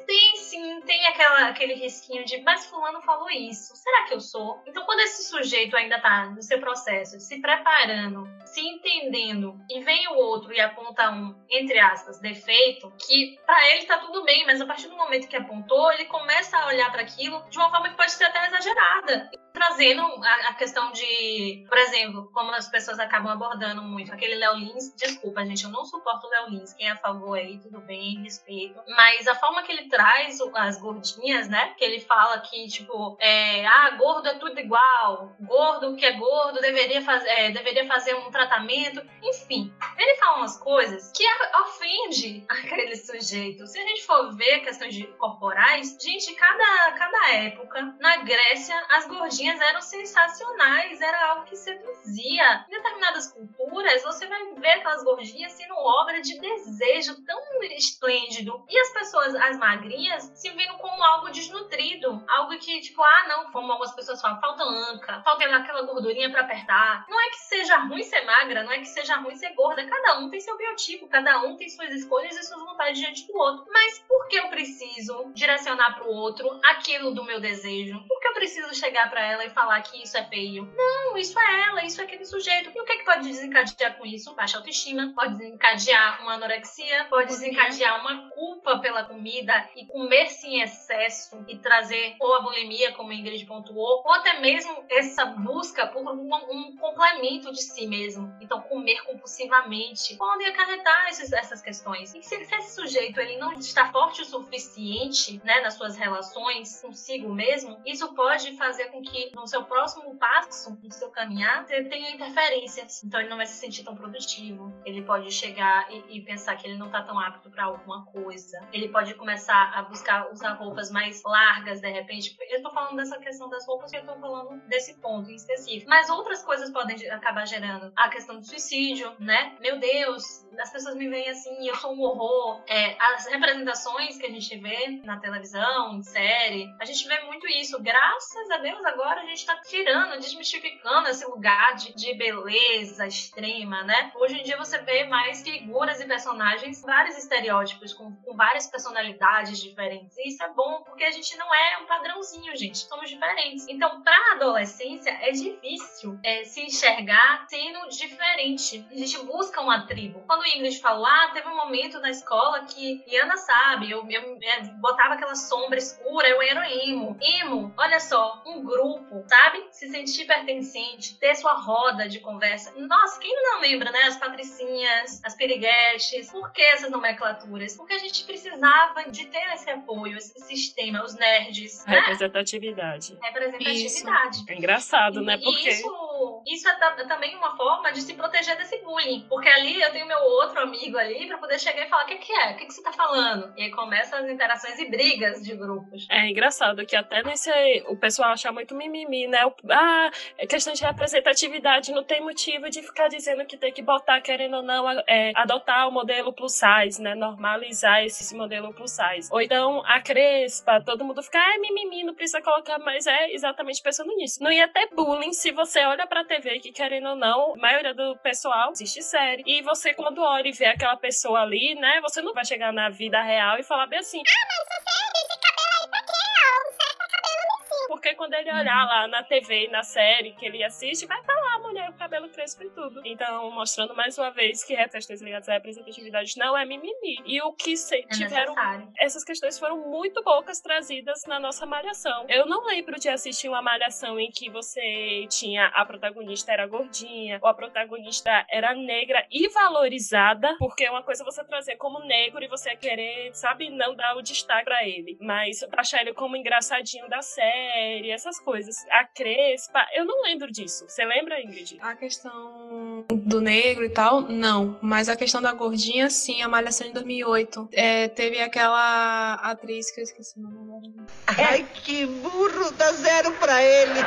sim, tem aquela, aquele risquinho de, mas fulano falou isso, será que eu sou? Então quando esse sujeito ainda tá no seu processo, se preparando, se entendendo, e vem o outro e aponta um, entre aspas, defeito, que pra ele tá tudo bem, mas a partir do momento que apontou, ele começa a olhar para aquilo de uma forma que pode ser até exagerada, trazendo a, a questão de, por exemplo, como as pessoas acabam abordando muito, aquele Léo Lins, desculpa gente, eu não suporto o Léo Lins, quem é a favor aí, tudo bem, respeito, mas a forma que ele traz as gordinhas, né, que ele fala que, tipo, é, ah, gordo é tudo igual, gordo que é gordo deveria fazer, é, deveria fazer um tratamento, enfim, ele fala umas coisas que ofende aquele sujeito. Se a gente for ver questões de corporais, gente, cada, cada época, na Grécia, as gordinhas eram sensacionais, era algo que seduzia. Em determinadas culturas, você vai ver aquelas gordinhas sendo obra de desejo tão esplêndido. E as pessoas, as magrinhas, se viram como algo desnutrido, algo que, tipo, ah, não, como algumas pessoas falam, falta anca, falta aquela gordurinha pra apertar. Não é que seja ruim ser magra, não é que seja ruim ser gorda, cada um tem seu biotipo, cada um tem suas escolhas e suas vontades diante do outro. Mas por que eu preciso direcionar pro outro aquilo do meu desejo? Por que eu preciso chegar pra ela e falar que isso é feio? Não, isso é ela, isso é aquele sujeito. E o que, é que pode desencadear com isso? Baixa autoestima, pode desencadear uma anorexia, pode desencadear uma culpa pela comida e comer-se em excesso e trazer ou a bulimia, como a Ingrid pontuou, ou até mesmo essa busca por um, um complemento de si mesmo. Então, comer compulsivamente podem acarretar esses, essas questões. E se, se esse sujeito ele não está forte o suficiente, né, nas suas relações consigo mesmo, isso pode fazer com que no seu próximo passo, no seu caminhar, você tenha interferências. Então, ele não vai se sentir tão produtivo. Ele pode chegar e, e pensar que ele não está tão apto para alguma coisa. Ele pode começar a buscar usar roupas mais largas, de repente. Eu tô falando dessa questão das roupas, porque eu tô falando desse ponto em específico. Mas outras coisas podem acabar gerando a questão do suicídio, né? Meu Deus, as pessoas me veem assim, eu sou um horror. É, as representações que a gente vê na televisão, em série, a gente vê muito isso. Graças a Deus, agora a gente tá tirando, desmistificando esse lugar de, de beleza extrema, né? Hoje em dia você vê mais figuras e personagens, vários estereótipos, com, com várias personalidades diferentes. E isso é bom, porque a gente não é um padrãozinho, gente. Somos diferentes. Então, pra adolescência, é difícil é, se enxergar sendo diferente. A gente busca uma tribo. Quando o Ingrid falou, ah, teve um momento na escola que, e Ana sabe, eu, eu, eu botava aquela sombra escura, eu era emo. Emo, olha só, um grupo, sabe? Se sentir pertencente, ter sua roda de conversa. Nossa, quem não lembra, né? As patricinhas, as piriguetes. Por que essas nomenclaturas? Porque a gente precisava de ter esse apoio, esse sistema, os nerds, né? Representatividade. Representatividade. Isso. É engraçado, né? E Porque... isso, isso é também uma forma de se proteger desse bullying. Porque ali eu tenho meu outro amigo ali pra poder chegar e falar, o que, que é? O que, que você tá falando? E aí começam as interações e brigas de grupos. É engraçado que até nesse... O pessoal acha muito mimimi, né? Ah, é questão de representatividade, não tem motivo de ficar dizendo que tem que botar, querendo ou não, é, adotar o modelo plus size, né? Normalizar esse modelo plus size. Ou então a crespa, todo mundo fica, ah, mimimi, não precisa colocar, mas é exatamente pensando nisso. Não ia ter bullying se você olha pra T V, que querendo ou não, a maioria do pessoal assiste série. E você, quando olha e vê aquela pessoa ali, né? Você não vai chegar na vida real e falar bem assim, Ah, mas você esse cabelo aí pra quê? Ó, serve pra cabelo assim. porque quando ele olhar lá na T V, na série que ele assiste, vai estar lá a mulher, o cabelo crespo e tudo. Então, mostrando mais uma vez que questões ligadas à representatividade não é mimimi. E o que se, É tiveram... necessário. Essas questões foram muito poucas trazidas na nossa malhação. Eu não lembro de assistir uma malhação em que você tinha a protagonista era gordinha, ou a protagonista era negra e valorizada, porque é uma coisa você trazer como negro e você querer, sabe, não dar o destaque pra ele. Mas achar ele como engraçadinho da série, essas coisas. A Crespa, eu não lembro disso. Você lembra, Ingrid? A questão do negro e tal, não. Mas a questão da gordinha, sim. A Malhação de dois mil e oito. É, teve aquela atriz que eu esqueci o nome agora. Ai, que burro, dá zero pra ele.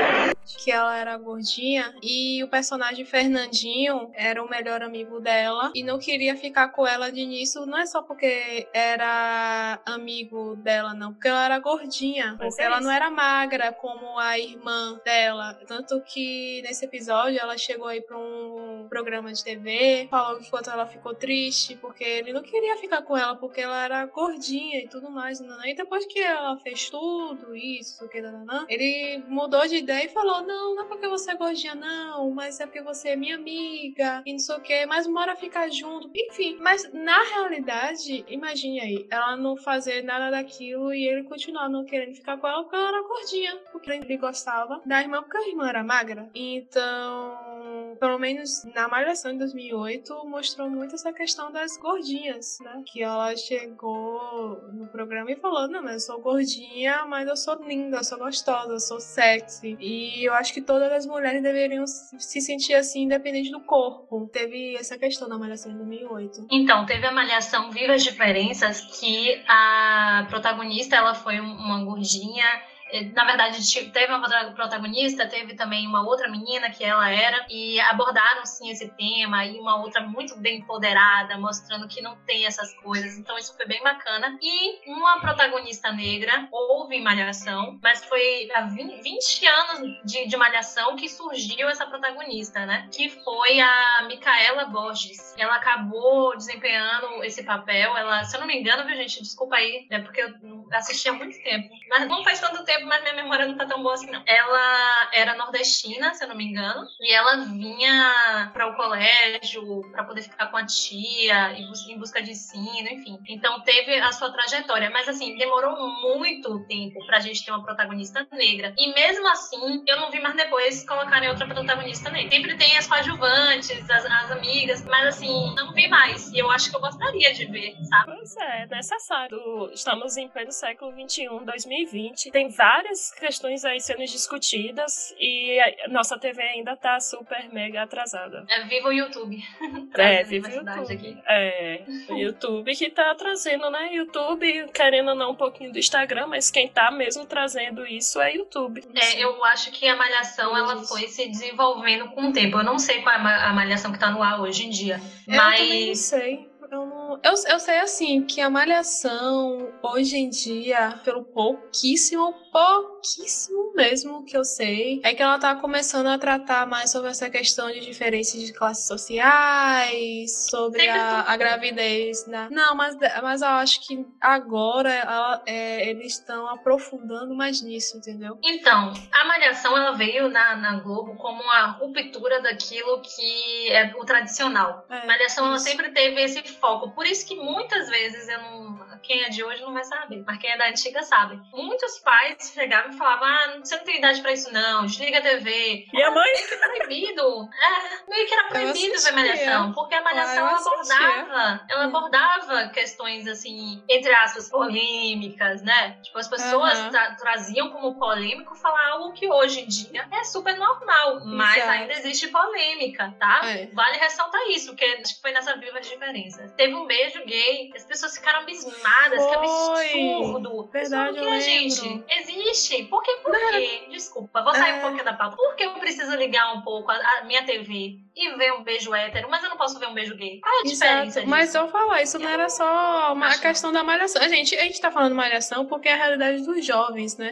Que ela era gordinha e o personagem Fernandinho era o melhor amigo dela e não queria ficar com ela de início, não é só porque era amigo dela, não, porque ela era gordinha, Mas porque é ela isso. não era magra como a irmã dela, tanto que nesse episódio ela chegou aí pra um programa de T V, falou que quanto ela ficou triste, porque ele não queria ficar com ela, porque ela era gordinha e tudo mais, né? E depois que ela fez tudo isso, que nananã, ele mudou de ideia e falou, não, não é porque você é gordinha, não, mas é porque você é minha amiga, e não sei o que, mas bora ficar junto, enfim. Mas, na realidade, imagine aí, ela não fazer nada daquilo e ele continuar não querendo ficar com ela porque ela era gordinha, porque ele gostava da irmã, porque a irmã era magra. Então, pelo menos na Malhação de dois mil e oito, mostrou muito essa questão das gordinhas, né? Que ela chegou no programa e falou, não, mas eu sou gordinha, mas eu sou linda, eu sou gostosa, eu sou sexy. E eu acho que todas as mulheres deveriam se sentir assim, independente do corpo. Teve essa questão na Malhação de dois mil e oito. Então, teve a Malhação Viva as Diferenças, que a protagonista, ela foi uma gordinha. Na verdade, teve uma protagonista, teve também uma outra menina que ela era, e abordaram sim esse tema, e uma outra muito bem empoderada, mostrando que não tem essas coisas, então isso foi bem bacana. E uma protagonista negra, houve em Malhação, mas foi há vinte anos de, de Malhação que surgiu essa protagonista, né? Que foi a Micaela Borges. Ela acabou desempenhando esse papel, ela, se eu não me engano, viu, gente, desculpa aí, é porque eu assisti há muito tempo, mas não faz tanto tempo, mas minha memória não tá tão boa assim, não. Ela era nordestina, se eu não me engano, e ela vinha para o colégio para poder ficar com a tia, em busca de ensino, enfim. Então teve a sua trajetória, mas assim, demorou muito tempo pra gente ter uma protagonista negra. E mesmo assim, eu não vi mais depois colocarem outra protagonista negra. Sempre tem as coadjuvantes, as, as amigas, mas assim, não vi mais. E eu acho que eu gostaria de ver, sabe? Pois é, necessário. Estamos em pleno século vinte e um, dois mil e vinte. Tem várias questões aí sendo discutidas e a nossa T V ainda tá super mega atrasada. É, viva o YouTube. É, viva o YouTube. Aqui. É, o YouTube que tá trazendo, né? YouTube, querendo ou não, um pouquinho do Instagram, mas quem tá mesmo trazendo isso é YouTube. É, eu acho que a Malhação, ela foi se desenvolvendo com o tempo. Eu não sei qual é a Malhação que tá no ar hoje em dia, eu mas... também não sei. Eu, não... eu, eu sei assim que a Malhação hoje em dia, pelo pouquíssimo, pouquíssimo mesmo que eu sei, é que ela tá começando a tratar mais sobre essa questão de diferenças de classes sociais, sobre a, a gravidez. Né? Não, mas, mas eu acho que agora ela, é, eles estão aprofundando mais nisso, entendeu? Então, a Malhação ela veio na, na Globo como uma ruptura daquilo que é o tradicional. É, Malhação ela sempre teve esse foco, por isso que muitas vezes eu não, quem é de hoje não vai saber, mas quem é da antiga sabe. Muitos pais chegavam e falavam, ah, você não tem idade pra isso não, desliga a T V. E a mãe? Meio que proibido. É, meio que era proibido ver Malhação, porque a Malhação ah, ela abordava, ela hum. abordava questões assim, entre aspas, polêmicas, né? Tipo, as pessoas uhum. tra- traziam como polêmico falar algo que hoje em dia é super normal, mas Exato. ainda existe polêmica, tá? É. Vale ressaltar isso, porque acho que foi nessa Viva de Diferença. Teve um beijo gay, as pessoas ficaram abismadas, que absurdo. Verdade, Por que, gente? Existe. Por que? Por quê? Desculpa, vou sair é. um pouquinho da pauta. Por que eu preciso ligar um pouco a, a minha T V e ver um beijo hétero, mas eu não posso ver um beijo gay? Qual é a diferença Exato. disso? Mas eu vou falar, isso não era só uma Acho... questão da Malhação. A gente, a gente tá falando Malhação porque é a realidade dos jovens, né?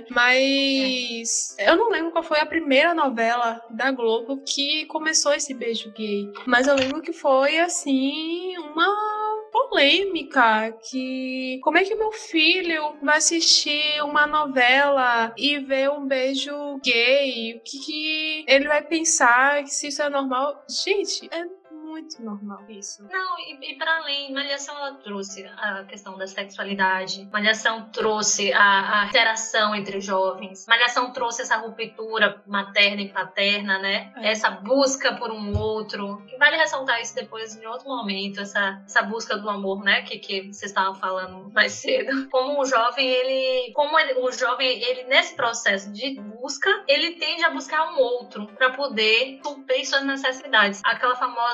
Mas é. eu não lembro qual foi a primeira novela da Globo que começou esse beijo gay. Mas eu lembro que foi, assim, uma polêmica, que como é que meu filho vai assistir uma novela e ver um beijo gay? O que, que ele vai pensar, se isso é normal? Gente, é muito normal isso. Não, e, e para além, Malhação ela trouxe a questão da sexualidade, Malhação trouxe a, a interação entre jovens, Malhação trouxe essa ruptura materna e paterna, né? É. Essa busca por um outro. E vale ressaltar isso depois em outro momento, essa, essa busca do amor, né? Que, que vocês estavam falando mais cedo. Como o jovem, ele. Como ele, o jovem, ele, nesse processo de busca, ele tende a buscar um outro para poder suprir suas necessidades. Aquela famosa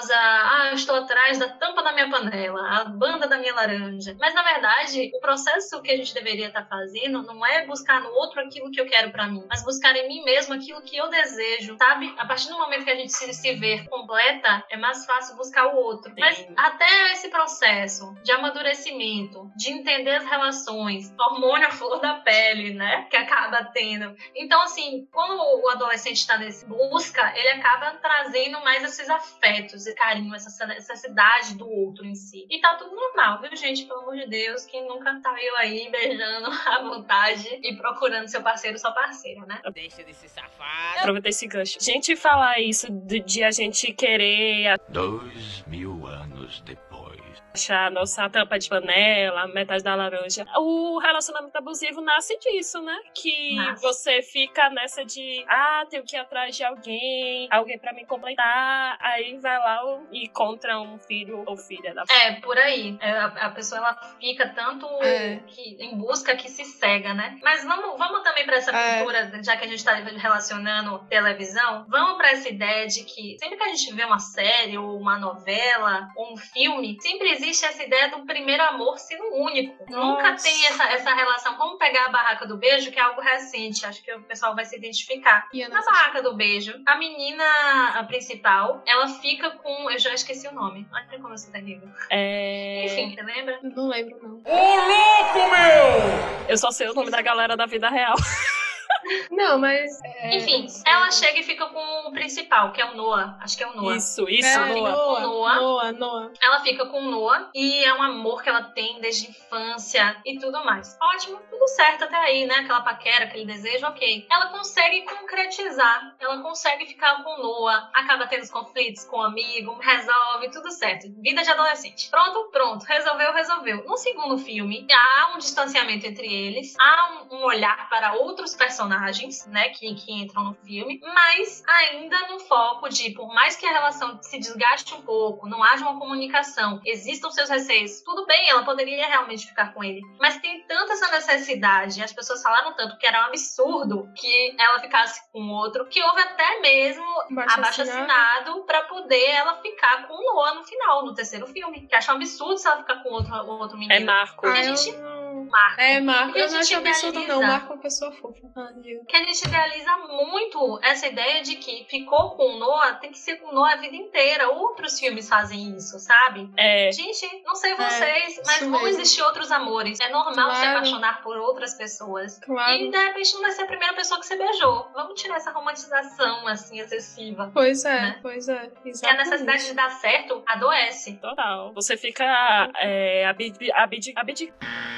ah, eu estou atrás da tampa da minha panela, a banda da minha laranja. Mas, na verdade, o processo que a gente deveria estar fazendo não é buscar no outro aquilo que eu quero pra mim, mas buscar em mim mesmo aquilo que eu desejo, sabe? A partir do momento que a gente se, se vê completa, é mais fácil buscar o outro. Sim. Mas até esse processo de amadurecimento, de entender as relações, hormônio à flor da pele, né? Que acaba tendo. Então, assim, quando o adolescente está nesse busca, ele acaba trazendo mais esses afetos, esse carinho, essa necessidade do outro em si. E tá tudo normal, viu, gente? Pelo amor de Deus, quem nunca tá eu aí beijando à vontade e procurando seu parceiro ou sua parceira, né? Deixa de se safar. Aproveita esse gancho. Gente, falar isso de, de a gente querer Dois mil anos depois. achar a nossa tampa de panela, metade da laranja. O relacionamento abusivo nasce disso, né? Que Nasce. Você fica nessa de, ah, tenho que ir atrás de alguém, alguém pra me completar, aí vai lá e encontra um filho ou filha da É, por aí. É, a, a pessoa, ela fica tanto É. que, em busca que se cega, né? Mas vamos, vamos também pra essa É. cultura, já que a gente tá relacionando televisão, vamos pra essa ideia de que sempre que a gente vê uma série, ou uma novela, ou um filme, sempre existe essa ideia do primeiro amor sendo único. Nossa. Nunca tem essa, essa relação. Vamos pegar a Barraca do Beijo, que é algo recente, acho que o pessoal vai se identificar. E eu não Na assisti. Barraca do Beijo, a menina, a principal, ela fica com... Eu já esqueci o nome. Olha como eu sou terrível. É... Enfim, você lembra? Não lembro, não. Eu só sei o nome da galera da vida real. Não, mas... é, Enfim, ela chega e fica com o principal, que é o Noah. Acho que é o Noah. Isso, isso, é, Noah. Noah, Noah. Noah, Noah. Ela fica com o Noah e é um amor que ela tem desde a infância e tudo mais. Ótimo, tudo certo até aí, né? Aquela paquera, aquele desejo, ok. Ela consegue concretizar, ela consegue ficar com o Noah, acaba tendo os conflitos com o amigo, resolve, tudo certo. Vida de adolescente. Pronto, pronto. Resolveu, resolveu. No segundo filme, há um distanciamento entre eles, há um, um olhar para outros personagens, né? Que, que entram no filme, mas ainda no foco de, por mais que a relação se desgaste um pouco, não haja uma comunicação, existam seus receios, tudo bem, ela poderia realmente ficar com ele, mas tem tanta essa necessidade, as pessoas falaram tanto que era um absurdo que ela ficasse com outro, que houve até mesmo Abaixo abaixo assinado pra poder ela ficar com o Noah no final, no terceiro filme, que acho um absurdo se ela ficar com outro, outro menino. É Marco. Ah, a eu gente não... Marco. É, Marco. E a Eu não gente acho absurdo, não. idealiza. Marco é uma pessoa fofa. Ah, digo. Que a gente idealiza muito essa ideia de que ficou com o Noah, tem que ser com o Noah a vida inteira. Outros filmes fazem isso, sabe? É, Gente, não sei vocês, mas isso vão mesmo. existir outros amores. É normal se Claro. apaixonar por outras pessoas. Claro. E de repente não vai ser a primeira pessoa que você beijou. Vamos tirar essa romantização, assim, excessiva. Pois é, né? pois é. Que a Exatamente. necessidade de dar certo adoece. total. Você fica é, abdi- abdi- abdicando,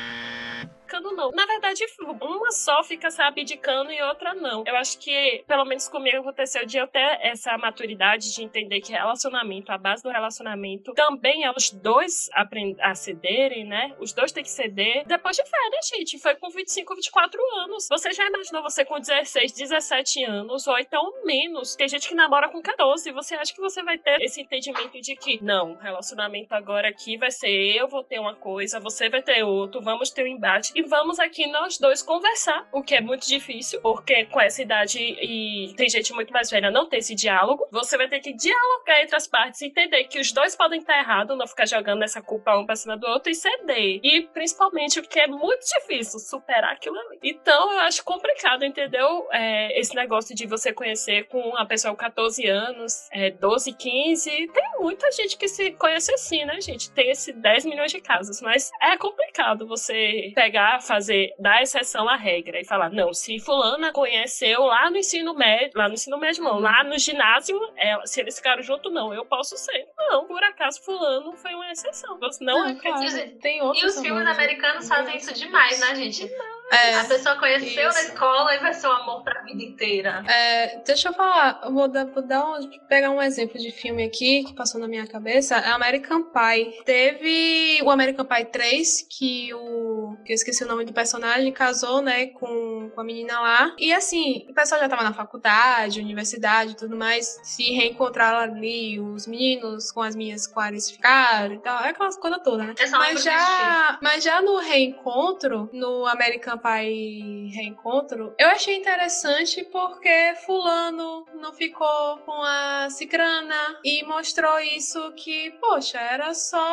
não. Na verdade, uma só fica se abdicando e outra não. Eu acho que, pelo menos comigo, aconteceu de eu ter essa maturidade de entender que relacionamento, a base do relacionamento, também é os dois aprend- a cederem, né? Os dois têm que ceder. Depois de férias, gente, foi com vinte e cinco, vinte e quatro anos. Você já imaginou você com dezesseis, dezessete anos, ou então menos? Tem gente que namora com catorze. Você acha que você vai ter esse entendimento de que, não, relacionamento agora aqui vai ser eu vou ter uma coisa, você vai ter outro, vamos ter um embate. E vamos aqui nós dois conversar, o que é muito difícil, porque com essa idade e tem gente muito mais velha não ter esse diálogo, você vai ter que dialogar entre as partes, entender que os dois podem estar errados, não ficar jogando essa culpa um pra cima do outro e ceder. E principalmente porque é muito difícil superar aquilo ali. Então eu acho complicado, entendeu? É, esse negócio de você conhecer com uma pessoa com catorze anos, é, doze, quinze, tem muita gente que se conhece assim, né, gente? Tem esse dez milhões de casos, mas é complicado você pegar, fazer, dar exceção à regra e falar, não, se fulana conheceu lá no ensino médio, lá no ensino médio não, lá no ginásio, ela, se eles ficaram juntos, não, eu posso ser. Não, por acaso fulano foi uma exceção. Não, Não, é claro. E- Tem E outros os filmes amores. americanos fazem isso demais, né, gente? É. A pessoa conheceu na isso. escola e vai ser o amor pra vida inteira. É, deixa eu falar, eu vou, dar, vou dar um- pegar um exemplo de filme aqui que passou na minha cabeça, é American Pie. Teve o American Pie três, que o que eu esqueci o nome do personagem, casou, né, com, com a menina lá. E assim, o pessoal já tava na faculdade, universidade e tudo mais, se reencontraram ali, os meninos com as minhas quadras ficaram e tal, é aquelas coisas todas, né? Eu só lembro Mas desse já, mas já no reencontro, no American American Pie Reencontro, eu achei interessante porque fulano não ficou com a cicrana e mostrou isso que, poxa, era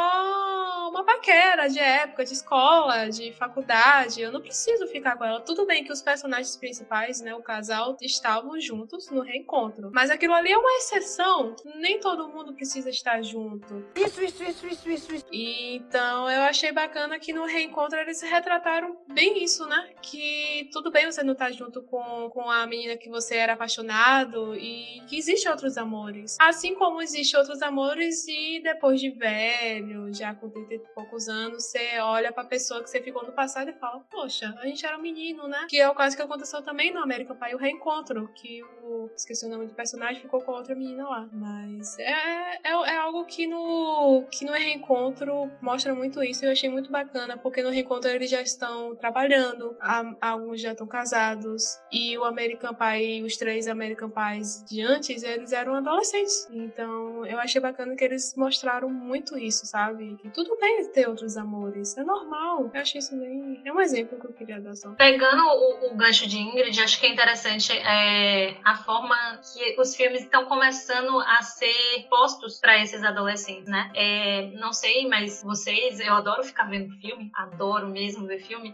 só uma paquera de época, de escola, de faculdade, eu não preciso ficar com ela. Tudo bem que os personagens principais, né, o casal, estavam juntos no reencontro, mas aquilo ali é uma exceção, nem todo mundo precisa estar junto. Isso, isso, isso, isso, isso, isso. E, então eu achei bacana que no reencontro eles retrataram bem isso, né? Que tudo bem você não estar junto com, com a menina que você era apaixonado e que existem outros amores. Assim como existem outros amores e depois de velho, já com trinta e poucos anos, você olha pra pessoa que você ficou no passado e fala, poxa, a gente era um menino, né? Que é o caso que aconteceu também no American Pie, o reencontro, que o... esqueci o nome do personagem, ficou com outra menina lá. Mas é, é, é algo que no, que no reencontro mostra muito isso e eu achei muito bacana, porque no reencontro eles já estão trabalhando, há, alguns já estão casados, e o American Pie, os três American Pies de antes, eles eram adolescentes. Então eu achei bacana que eles mostraram muito isso, sabe? Que tudo bem ter outros amores, é normal. Eu achei isso bem... é um exemplo que eu queria dar só. Pegando o, o gancho de Ingrid, acho que é interessante é, a forma que os filmes estão começando a ser postos para esses adolescentes, né? É, não sei, mas vocês, eu adoro ficar vendo filme, adoro mesmo ver filme,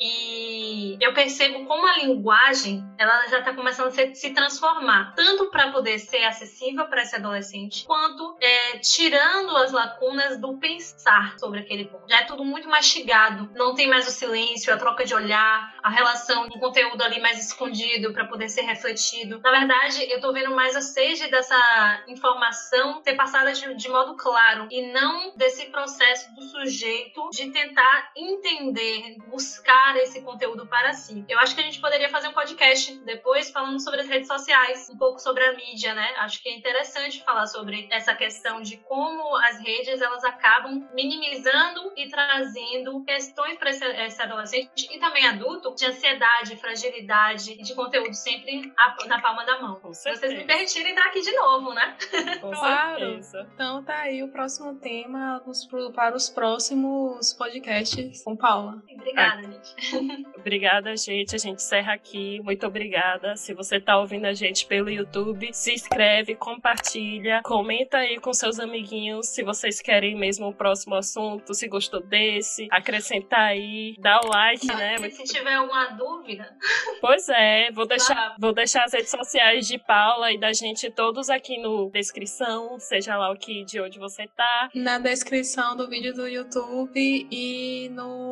e eu percebo como a linguagem, ela já tá começando a se, se transformar, tanto para poder ser acessível para esse adolescente, quanto é, tirando as lacunas do pensar sobre aquele ponto. Já é tudo muito mastigado, não tem mais o silêncio, a troca de olhar, a relação com o conteúdo ali mais escondido para poder ser refletido. Na verdade, eu tô vendo mais a sede dessa informação ser passada de, de modo claro e não desse processo do sujeito de tentar entender, buscar esse conteúdo para si. Eu acho que a gente poderia fazer um podcast depois falando sobre as redes sociais, um pouco sobre a mídia, né? Acho que é interessante falar sobre essa questão de como as redes elas acabam minimizando e trazendo questões para esse, esse adolescente e também adulto de ansiedade, fragilidade e de conteúdo sempre na palma da mão. Com Se vocês me certeza. permitirem entrar aqui de novo, né? Com Claro. certeza. Então tá aí o próximo tema para os próximos podcasts com Paula. Obrigada, gente. Obrigada, gente. A gente encerra aqui. Muito obrigada. Se você tá ouvindo a gente pelo YouTube, se inscreve, compartilha, comenta aí com seus amiguinhos se vocês querem mesmo o próximo assunto, se gostou desse, acrescentar aí, dá o like, né? E se tiver alguma dúvida... Pois é, vou deixar, vou deixar as redes sociais de Paula e da gente todos aqui no descrição, seja lá o que de onde você tá. Na descrição do vídeo do YouTube e,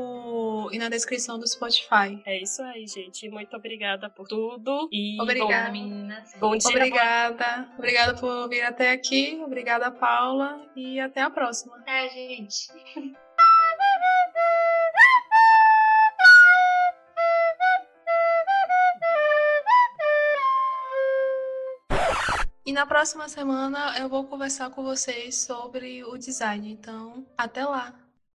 no, e na descrição do Spotify. É isso aí, gente. Muito obrigada por tudo. E Obrigada. Bom, Meninas. bom dia. Obrigada. Obrigada por vir até aqui. Obrigada, Paula. E até a próxima. É, gente. E na próxima semana eu vou conversar com vocês sobre o design. Então, até lá!